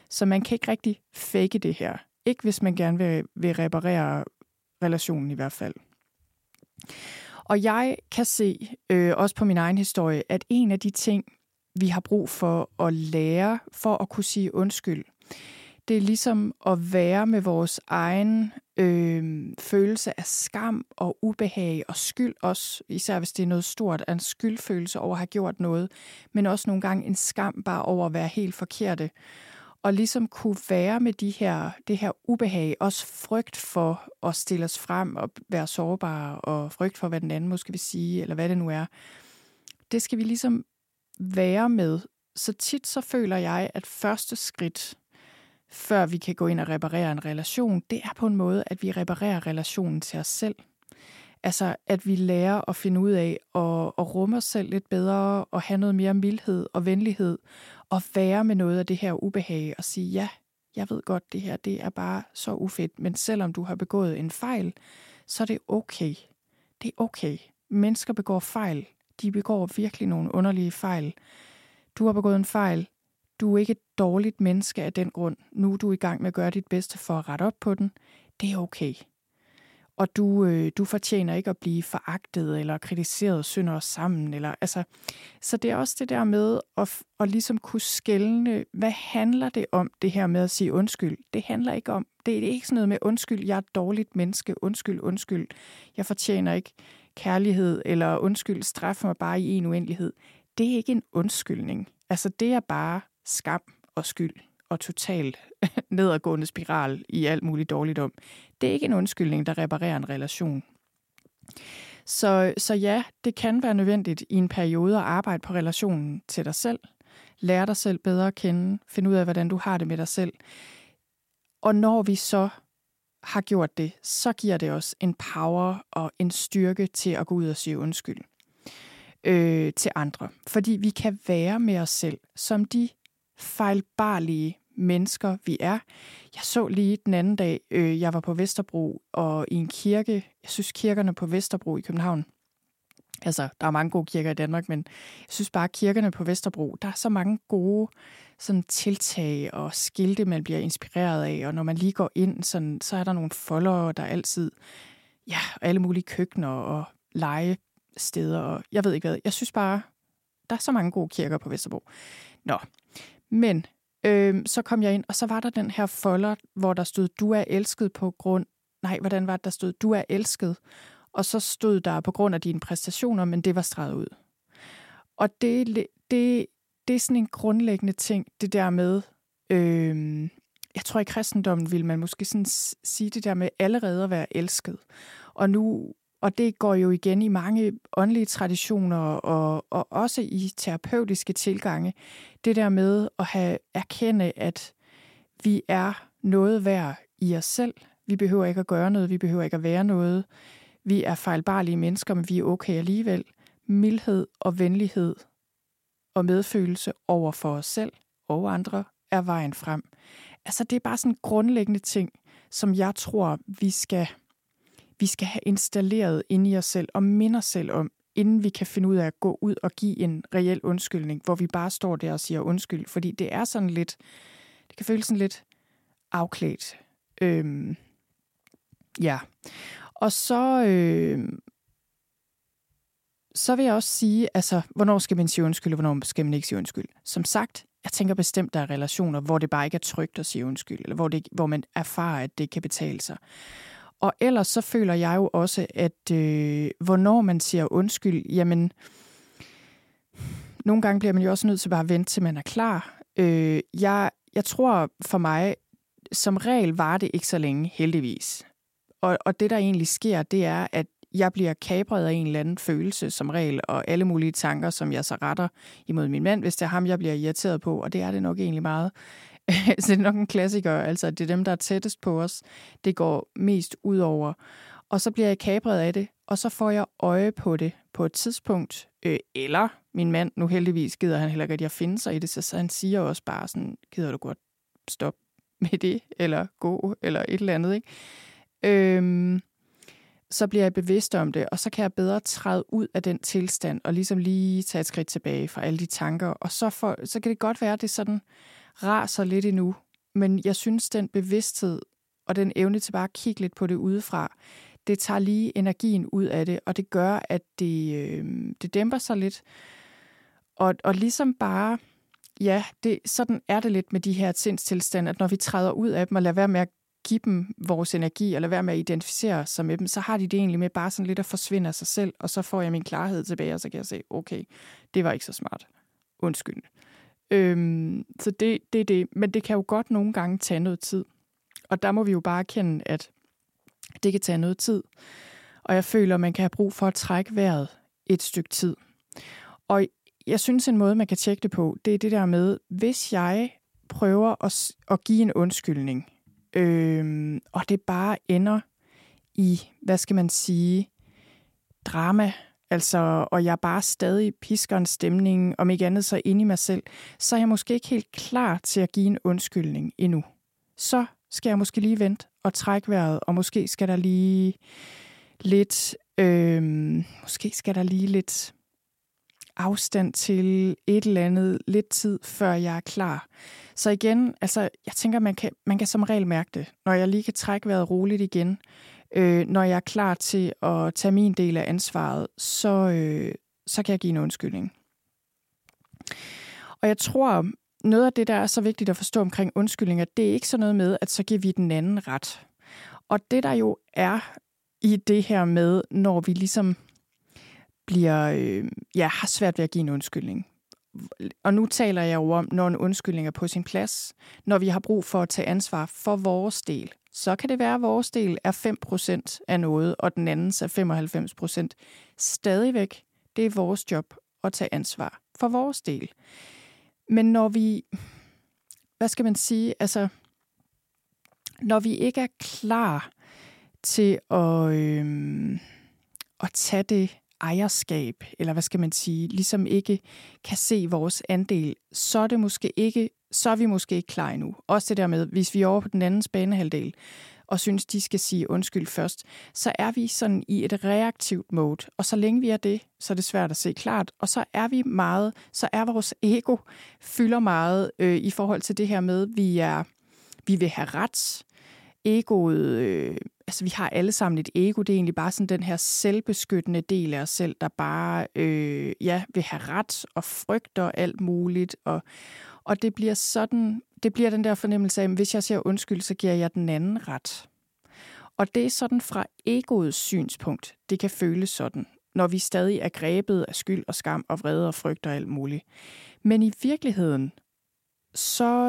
Så man kan ikke rigtig fake det her. Ikke hvis man gerne vil reparere relationen i hvert fald. Og jeg kan se, også på min egen historie, at en af de ting, vi har brug for at lære, for at kunne sige undskyld, det er ligesom at være med vores egen følelse af skam og ubehag og skyld også, især hvis det er noget stort, en skyldfølelse over at have gjort noget, men også nogle gange en skam bare over at være helt forkerte. Og ligesom kunne være med det her ubehag, også frygt for at stille os frem og være sårbare, og frygt for, hvad den anden måske vil sige, eller hvad det nu er. Det skal vi ligesom være med. Så tit så føler jeg, at første skridt, før vi kan gå ind og reparere en relation, det er på en måde, at vi reparerer relationen til os selv. Altså, at vi lærer at finde ud af at rumme os selv lidt bedre, og have noget mere mildhed og venlighed, og være med noget af det her ubehag, og sige, ja, jeg ved godt, det her, det er bare så ufedt, men selvom du har begået en fejl, så er det okay. Det er okay. Mennesker begår fejl. De begår virkelig nogle underlige fejl. Du har begået en fejl. Du er ikke et dårligt menneske af den grund. Nu er du i gang med at gøre dit bedste for at rette op på den. Det er okay. Og du fortjener ikke at blive foragtet eller kritiseret, synder os sammen. Så det er også det der med at ligesom kunne skelne, hvad handler det om, det her med at sige undskyld? Det handler ikke om, det er ikke sådan noget med undskyld, jeg er et dårligt menneske, undskyld, jeg fortjener ikke kærlighed, eller undskyld, straf mig bare i en uendelighed. Det er ikke en undskyldning. Altså det er bare skam og skyld og totalt nedadgående spiral i alt muligt dårligdom. Det er ikke en undskyldning, der reparerer en relation. Så ja, det kan være nødvendigt i en periode at arbejde på relationen til dig selv. Lære dig selv bedre at kende. Finde ud af, hvordan du har det med dig selv. Og når vi så har gjort det, så giver det os en power og en styrke til at gå ud og sige undskyld til andre. Fordi vi kan være med os selv som de fejlbarlige mennesker, vi er. Jeg så lige den anden dag, jeg var på Vesterbro og i en kirke. Jeg synes, kirkerne på Vesterbro i København, altså, der er mange gode kirker i Danmark, men jeg synes bare, kirkerne på Vesterbro, der er så mange gode sådan, tiltag og skilte, man bliver inspireret af, og når man lige går ind, sådan, så er der nogle foldere, der altid, ja, alle mulige køkkener og legesteder, og jeg ved ikke hvad. Jeg synes bare, der er så mange gode kirker på Vesterbro. Nå, men så kom jeg ind, og så var der den her folder, hvor der stod, du er elsket på grund... Nej, hvordan var det, der stod, du er elsket? Og så stod der på grund af dine præstationer, men det var streget ud. Og det er sådan en grundlæggende ting, det der med... jeg tror i kristendommen vil man måske sådan sige det der med allerede at være elsket. Og det går jo igen i mange åndelige traditioner og også i terapeutiske tilgange. Det der med at erkende, at vi er noget værd i os selv. Vi behøver ikke at gøre noget, vi behøver ikke at være noget. Vi er fejlbarlige mennesker, men vi er okay alligevel. Mildhed og venlighed og medfølelse over for os selv og andre er vejen frem. Altså det er bare sådan en grundlæggende ting, som jeg tror, vi skal have installeret inde i os selv og minde os selv om, inden vi kan finde ud af at gå ud og give en reel undskyldning, hvor vi bare står der og siger undskyld, fordi det er sådan lidt, det kan føles sådan lidt afklædt. Ja. Og så vil jeg også sige, altså, hvornår skal man sige undskyld, og hvornår skal man ikke sige undskyld? Som sagt, jeg tænker bestemt, der er relationer, hvor det bare ikke er trygt at sige undskyld, eller hvor man erfarer, at det kan betale sig. Og ellers så føler jeg jo også, at hvornår man siger undskyld, jamen, nogle gange bliver man jo også nødt til bare at vente, til man er klar. Jeg tror for mig, som regel var det ikke så længe, heldigvis. Og det, der egentlig sker, det er, at jeg bliver kapret af en eller anden følelse som regel, og alle mulige tanker, som jeg så retter imod min mand, hvis det er ham, jeg bliver irriteret på, og det er det nok egentlig meget. Så det er nok en klassiker, altså det er dem, der er tættest på os, det går mest ud over. Og så bliver jeg kapret af det, og så får jeg øje på det på et tidspunkt, eller min mand, nu heldigvis gider han heller ikke, at jeg finder sig i det, så han siger også bare sådan, gider du godt stoppe med det, eller gå, eller et eller andet, ikke? Så bliver jeg bevidst om det, og så kan jeg bedre træde ud af den tilstand, og ligesom lige tage et skridt tilbage fra alle de tanker, og så kan det godt være, at det sådan raser lidt endnu, men jeg synes, den bevidsthed og den evne til bare at kigge lidt på det udefra, det tager lige energien ud af det, og det gør, at det dæmper sig lidt. Og ligesom bare, ja, sådan er det lidt med de her sindstilstande, at når vi træder ud af dem og lader være med at give dem vores energi, eller være med at identificere os med dem, så har de det egentlig med bare sådan lidt at forsvinde af sig selv, og så får jeg min klarhed tilbage, og så kan jeg se, okay, det var ikke så smart. Undskyld. Så det er det. Men det kan jo godt nogle gange tage noget tid. Og der må vi jo bare erkende, at det kan tage noget tid. Og jeg føler, at man kan have brug for at trække vejret et stykke tid. Og jeg synes, en måde, man kan tjekke det på, det er det der med, hvis jeg prøver at give en undskyldning, og det bare ender i, hvad skal man sige, drama, altså, og jeg bare stadig pisker en stemning, om ikke andet så inde i mig selv, så er jeg måske ikke helt klar til at give en undskyldning endnu. Så skal jeg måske lige vente og trække vejret, og måske skal der lige lidt afstand til et eller andet, lidt tid, før jeg er klar. Så igen, altså, jeg tænker, man kan som regel mærke det, når jeg lige kan trække vejret roligt igen, når jeg er klar til at tage min del af ansvaret, så kan jeg give en undskyldning. Og jeg tror, noget af det, der er så vigtigt at forstå omkring undskyldninger, det er ikke sådan noget med, at så giver vi den anden ret. Og det, der jo er i det her med, når vi ligesom har svært ved at give en undskyldning. Og nu taler jeg jo om, når en undskyldning er på sin plads, når vi har brug for at tage ansvar for vores del. Så kan det være, at vores del er 5% af noget, og den andens er 95%. Stadigvæk, det er vores job at tage ansvar for vores del. Men når vi, hvad skal man sige, altså, når vi ikke er klar til at tage det ejerskab, eller hvad skal man sige, ligesom ikke kan se vores andel, så er vi måske ikke klar endnu. Også det der med, hvis vi er over på den andens banehalvdel, og synes, de skal sige undskyld først, så er vi sådan i et reaktivt mode. Og så længe vi er det, så er det svært at se klart. Og så er vores ego fylder meget i forhold til det her med, vi vil have ret. Egoet, altså vi har alle sammen et ego, det er egentlig bare sådan den her selvbeskyttende del af os selv, der bare vil have ret og frygter alt muligt. Og det bliver sådan, det bliver den der fornemmelse af, at hvis jeg siger undskyld, så giver jeg den anden ret. Og det er sådan fra egoets synspunkt, det kan føles sådan, når vi stadig er grebet af skyld og skam og vrede og frygt og alt muligt. Men i virkeligheden, så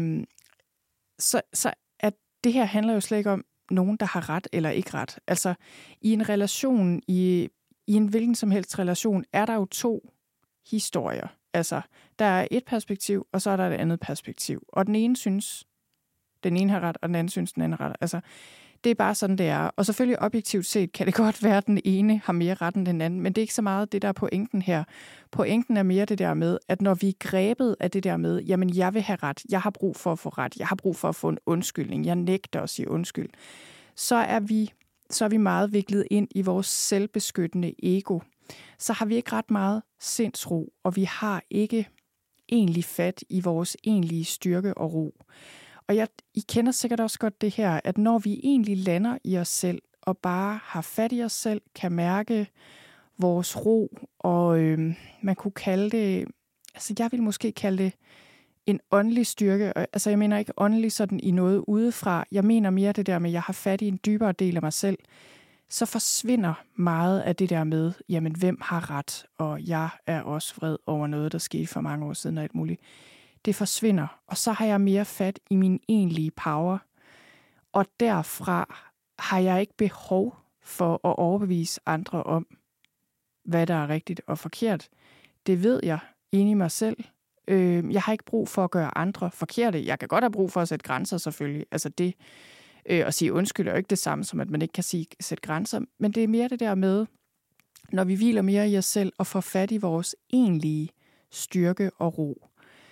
at det her handler jo slet ikke om nogen, der har ret eller ikke ret. Altså i en relation, i en hvilken som helst relation, er der jo to historier. Altså, der er et perspektiv, og så er der et andet perspektiv. Og den ene synes, den ene har ret, og den anden synes, den anden har ret. Altså, det er bare sådan, det er. Og selvfølgelig objektivt set kan det godt være, at den ene har mere ret end den anden, men det er ikke så meget det, der er pointen her. Pointen er mere det der med, at når vi er grebet af det der med, jamen jeg vil have ret, jeg har brug for at få ret, jeg har brug for at få en undskyldning, jeg nægter at sige undskyld, så er vi meget viklet ind i vores selvbeskyttende ego. Så har vi ikke ret meget sindsro, og vi har ikke egentlig fat i vores egentlige styrke og ro. Og I kender sikkert også godt det her, at når vi egentlig lander i os selv, og bare har fat i os selv, kan mærke vores ro, og man kunne kalde det, altså jeg vil måske kalde det en åndelig styrke. Altså jeg mener ikke åndelig sådan i noget udefra. Jeg mener mere det der med, at jeg har fat i en dybere del af mig selv. Så forsvinder meget af det der med, jamen hvem har ret, og jeg er også vred over noget, der skete for mange år siden og alt muligt. Det forsvinder, og så har jeg mere fat i min egentlige power. Og derfra har jeg ikke behov for at overbevise andre om, hvad der er rigtigt og forkert. Det ved jeg inde i mig selv. Jeg har ikke brug for at gøre andre forkerte. Jeg kan godt have brug for at sætte grænser selvfølgelig. Altså det at sige undskyld er jo ikke det samme som, at man ikke kan sætte grænser. Men det er mere det der med, når vi hviler mere i os selv og får fat i vores egentlige styrke og ro,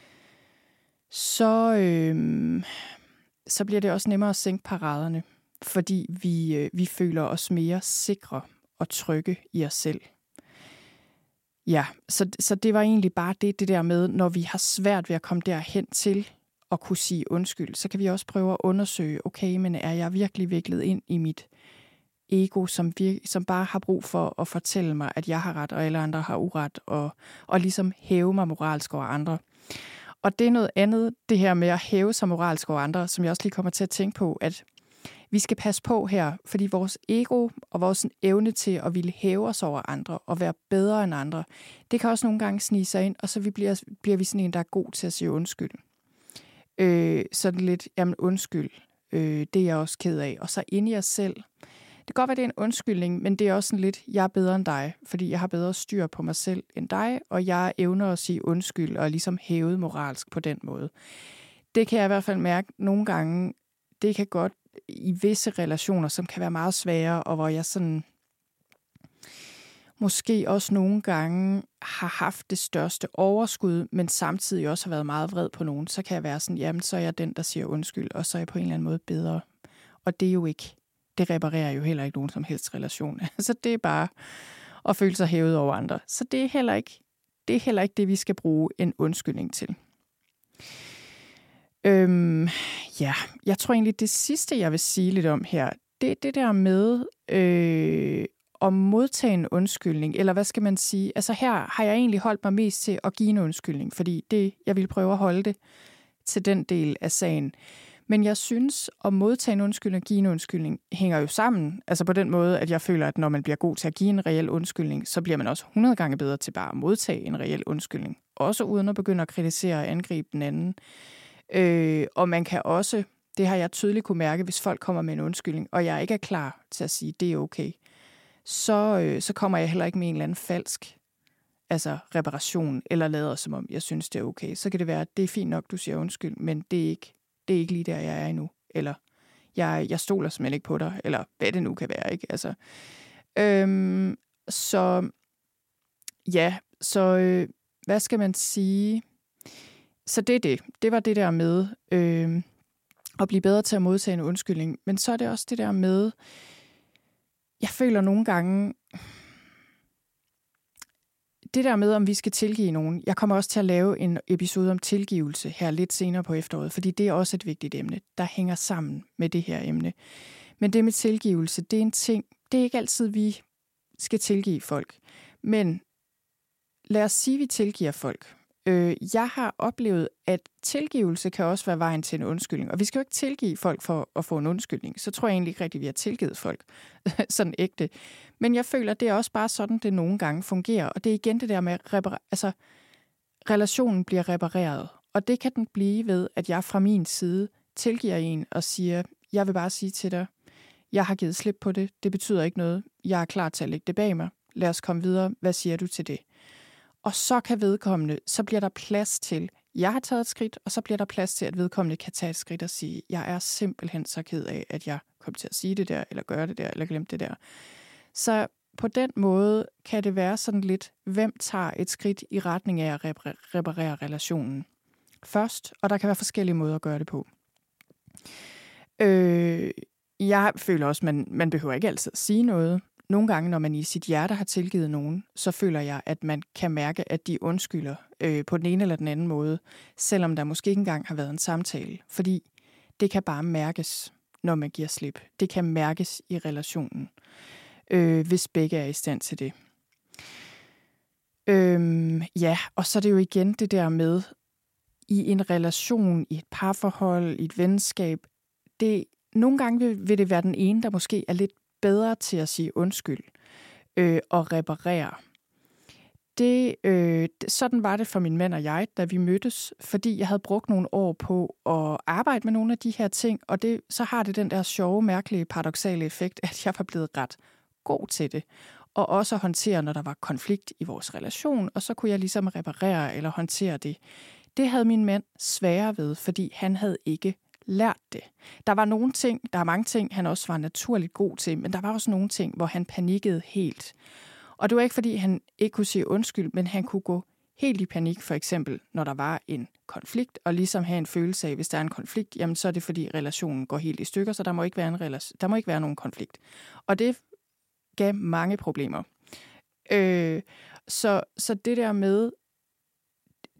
så bliver det også nemmere at sænke paraderne, fordi vi føler os mere sikre og trygge i os selv. Ja, så det var egentlig bare det der med, når vi har svært ved at komme derhen til at kunne sige undskyld, så kan vi også prøve at undersøge, okay, men er jeg virkelig viklet ind i mit ego, som bare har brug for at fortælle mig, at jeg har ret, og alle andre har uret, og ligesom hæve mig moralsk over andre. Og det er noget andet, det her med at hæve sig moralsk over andre, som jeg også lige kommer til at tænke på, at vi skal passe på her, fordi vores ego og vores evne til at ville hæve os over andre og være bedre end andre, det kan også nogle gange snige sig ind, og så bliver vi sådan en, der er god til at sige undskyld. Sådan lidt, jamen undskyld, det er jeg også ked af. Og så inde i os selv. Det kan godt være, det er en undskyldning, men det er også sådan lidt, jeg er bedre end dig, fordi jeg har bedre styr på mig selv end dig, og jeg evner at sige undskyld og ligesom hævet moralsk på den måde. Det kan jeg i hvert fald mærke nogle gange, det kan godt i visse relationer, som kan være meget svære, og hvor jeg sådan måske også nogle gange har haft det største overskud, men samtidig også har været meget vred på nogen, så kan jeg være sådan, jamen så er jeg den, der siger undskyld, og så er jeg på en eller anden måde bedre. Og det er jo ikke, det reparerer jo heller ikke nogen som helst relation. Så det er bare at føle sig hævet over andre. Så det er heller ikke det, vi skal bruge en undskyldning til. Jeg tror egentlig, det sidste, jeg vil sige lidt om her, det er det der med at modtage en undskyldning, eller hvad skal man sige? Altså her har jeg egentlig holdt mig mest til at give en undskyldning, fordi jeg vil prøve at holde det til den del af sagen. Men jeg synes, at modtage en undskyldning og give en undskyldning hænger jo sammen. Altså på den måde, at jeg føler, at når man bliver god til at give en reel undskyldning, så bliver man også 100 gange bedre til bare at modtage en reel undskyldning. Også uden at begynde at kritisere og angribe den anden. Og man kan også, det har jeg tydeligt kunne mærke, hvis folk kommer med en undskyldning, og jeg ikke er klar til at sige, det er okay, så kommer jeg heller ikke med en eller anden falsk reparation, eller lader som om, jeg synes, det er okay. Så kan det være, at det er fint nok, du siger undskyld, men det er ikke lige der, jeg er endnu. Eller jeg stoler simpelthen ikke på dig, eller hvad det nu kan være, ikke? Hvad skal man sige? Så det er det. Det var det der med at blive bedre til at modtage en undskyldning. Men så er det også det der med, jeg føler nogle gange, det der med, om vi skal tilgive nogen. Jeg kommer også til at lave en episode om tilgivelse her lidt senere på efteråret, fordi det er også et vigtigt emne, der hænger sammen med det her emne. Men det med tilgivelse, det er en ting, det er ikke altid, vi skal tilgive folk. Men lad os sige, at vi tilgiver folk. Jeg har oplevet, at tilgivelse kan også være vejen til en undskyldning. Og vi skal jo ikke tilgive folk for at få en undskyldning. Så tror jeg egentlig ikke rigtigt, at vi har tilgivet folk. Sådan ægte. Men jeg føler, at det er også bare sådan, det nogle gange fungerer. Og det er igen det der med, relationen bliver repareret. Og det kan den blive ved, at jeg fra min side tilgiver en og siger, jeg vil bare sige til dig, jeg har givet slip på det. Det betyder ikke noget. Jeg er klar til at lægge det bag mig. Lad os komme videre. Hvad siger du til det? Og så kan vedkommende, så bliver der plads til, jeg har taget et skridt, og så bliver der plads til, at vedkommende kan tage et skridt og sige, jeg er simpelthen så ked af, at jeg kom til at sige det der, eller gøre det der, eller glemme det der. Så på den måde kan det være sådan lidt, hvem tager et skridt i retning af at reparere relationen først, og der kan være forskellige måder at gøre det på. Jeg føler også, at man behøver ikke altid at sige noget. Nogle gange, når man i sit hjerte har tilgivet nogen, så føler jeg, at man kan mærke, at de undskylder på den ene eller den anden måde, selvom der måske ikke engang har været en samtale. Fordi det kan bare mærkes, når man giver slip. Det kan mærkes i relationen, hvis begge er i stand til det. Og så er det jo igen det der med, i en relation, i et parforhold, i et venskab, nogle gange vil det være den ene, der måske er lidt bedre til at sige undskyld og reparere. Sådan var det for min mand og jeg, da vi mødtes, fordi jeg havde brugt nogle år på at arbejde med nogle af de her ting, og så har det den der sjove, mærkelige, paradoksale effekt, at jeg var blevet ret god til det, og også at håndtere, når der var konflikt i vores relation, og så kunne jeg ligesom reparere eller håndtere det. Det havde min mand sværere ved, fordi han havde ikke lært det. Der er mange ting, han også var naturligt god til, men der var også nogle ting, hvor han panikkede helt. Og det var ikke, fordi han ikke kunne sige undskyld, men han kunne gå helt i panik, for eksempel, når der var en konflikt, og ligesom have en følelse af, hvis der er en konflikt, jamen så er det, fordi relationen går helt i stykker, så der må ikke være nogen konflikt. Og det gav mange problemer. Så det der med,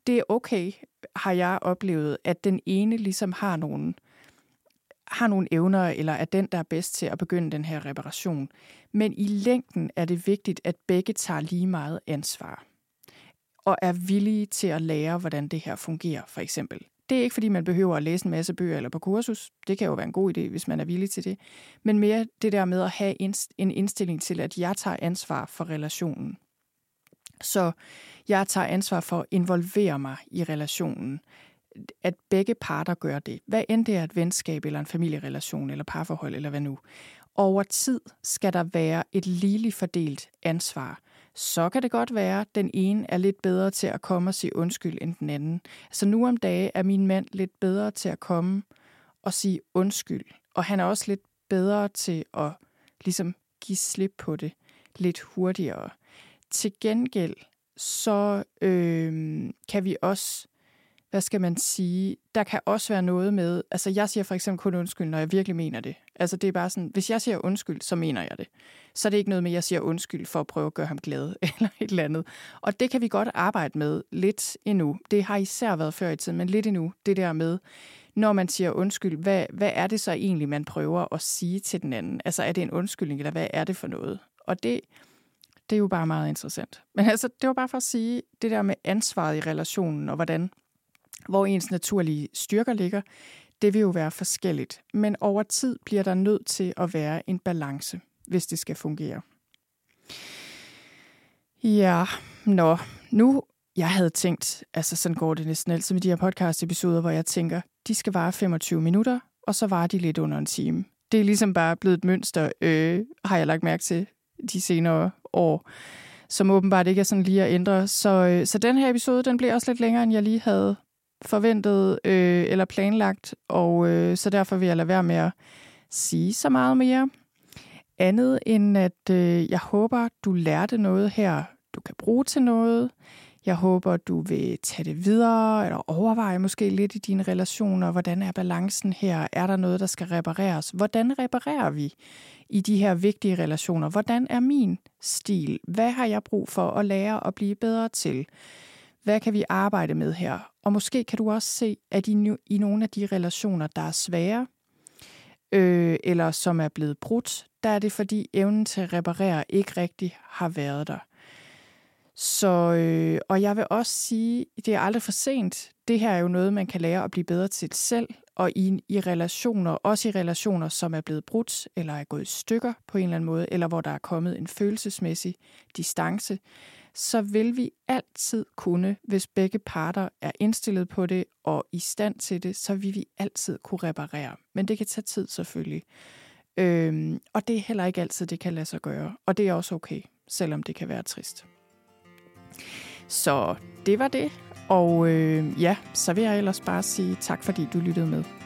det er okay, har jeg oplevet, at den ene ligesom har nogle evner, eller er den, der er bedst til at begynde den her reparation. Men i længden er det vigtigt, at begge tager lige meget ansvar, og er villige til at lære, hvordan det her fungerer, for eksempel. Det er ikke, fordi man behøver at læse en masse bøger eller på kursus. Det kan jo være en god idé, hvis man er villig til det. Men mere det der med at have en indstilling til, at jeg tager ansvar for relationen. Så jeg tager ansvar for at involvere mig i relationen. At begge parter gør det. Hvad end det er et venskab, eller en familierelation, eller parforhold, eller hvad nu. Over tid skal der være et ligeligt fordelt ansvar. Så kan det godt være, at den ene er lidt bedre til at komme og sige undskyld end den anden. Altså nu om dagen er min mand lidt bedre til at komme og sige undskyld. Og han er også lidt bedre til at ligesom give slip på det lidt hurtigere. Til gengæld, så kan vi også, hvad skal man sige, der kan også være noget med, altså jeg siger for eksempel kun undskyld, når jeg virkelig mener det. Altså det er bare sådan, hvis jeg siger undskyld, så mener jeg det. Så er det ikke noget med, at jeg siger undskyld for at prøve at gøre ham glad eller et eller andet. Og det kan vi godt arbejde med lidt endnu. Det har især været før i tiden, men lidt endnu, det der med, når man siger undskyld, hvad er det så egentlig, man prøver at sige til den anden? Altså er det en undskyldning, eller hvad er det for noget? Og det er jo bare meget interessant. Men altså, det var bare for at sige, det der med ansvaret i relationen, og hvor ens naturlige styrker ligger, det vil jo være forskelligt. Men over tid bliver der nødt til at være en balance, hvis det skal fungere. Ja, nu jeg havde tænkt, altså sådan går det næsten altid med de her podcast-episoder, hvor jeg tænker, de skal vare 25 minutter, og så varer de lidt under en time. Det er ligesom bare blevet et mønster, har jeg lagt mærke til de senere år, som åbenbart ikke er sådan lige at ændre. Så den her episode, den blev også lidt længere, end jeg lige havde forventet eller planlagt, og så derfor vil jeg lade være med at sige så meget mere. Andet end at jeg håber, du lærte noget her, du kan bruge til noget. Jeg håber, du vil tage det videre, eller overveje måske lidt i dine relationer. Hvordan er balancen her? Er der noget, der skal repareres? Hvordan reparerer vi i de her vigtige relationer? Hvordan er min stil? Hvad har jeg brug for at lære og blive bedre til? Hvad kan vi arbejde med her? Og måske kan du også se, at i nogle af de relationer, der er svære, eller som er blevet brudt, der er det, fordi evnen til at reparere ikke rigtig har været der. Så, og jeg vil også sige, det er aldrig for sent. Det her er jo noget, man kan lære at blive bedre til selv, og i relationer, også i relationer, som er blevet brudt, eller er gået i stykker på en eller anden måde, eller hvor der er kommet en følelsesmæssig distance, så vil vi altid kunne, hvis begge parter er indstillet på det og i stand til det, så vil vi altid kunne reparere. Men det kan tage tid selvfølgelig. Og det er heller ikke altid, det kan lade sig gøre. Og det er også okay, selvom det kan være trist. Så det var det. Og så vil jeg ellers bare sige tak, fordi du lyttede med.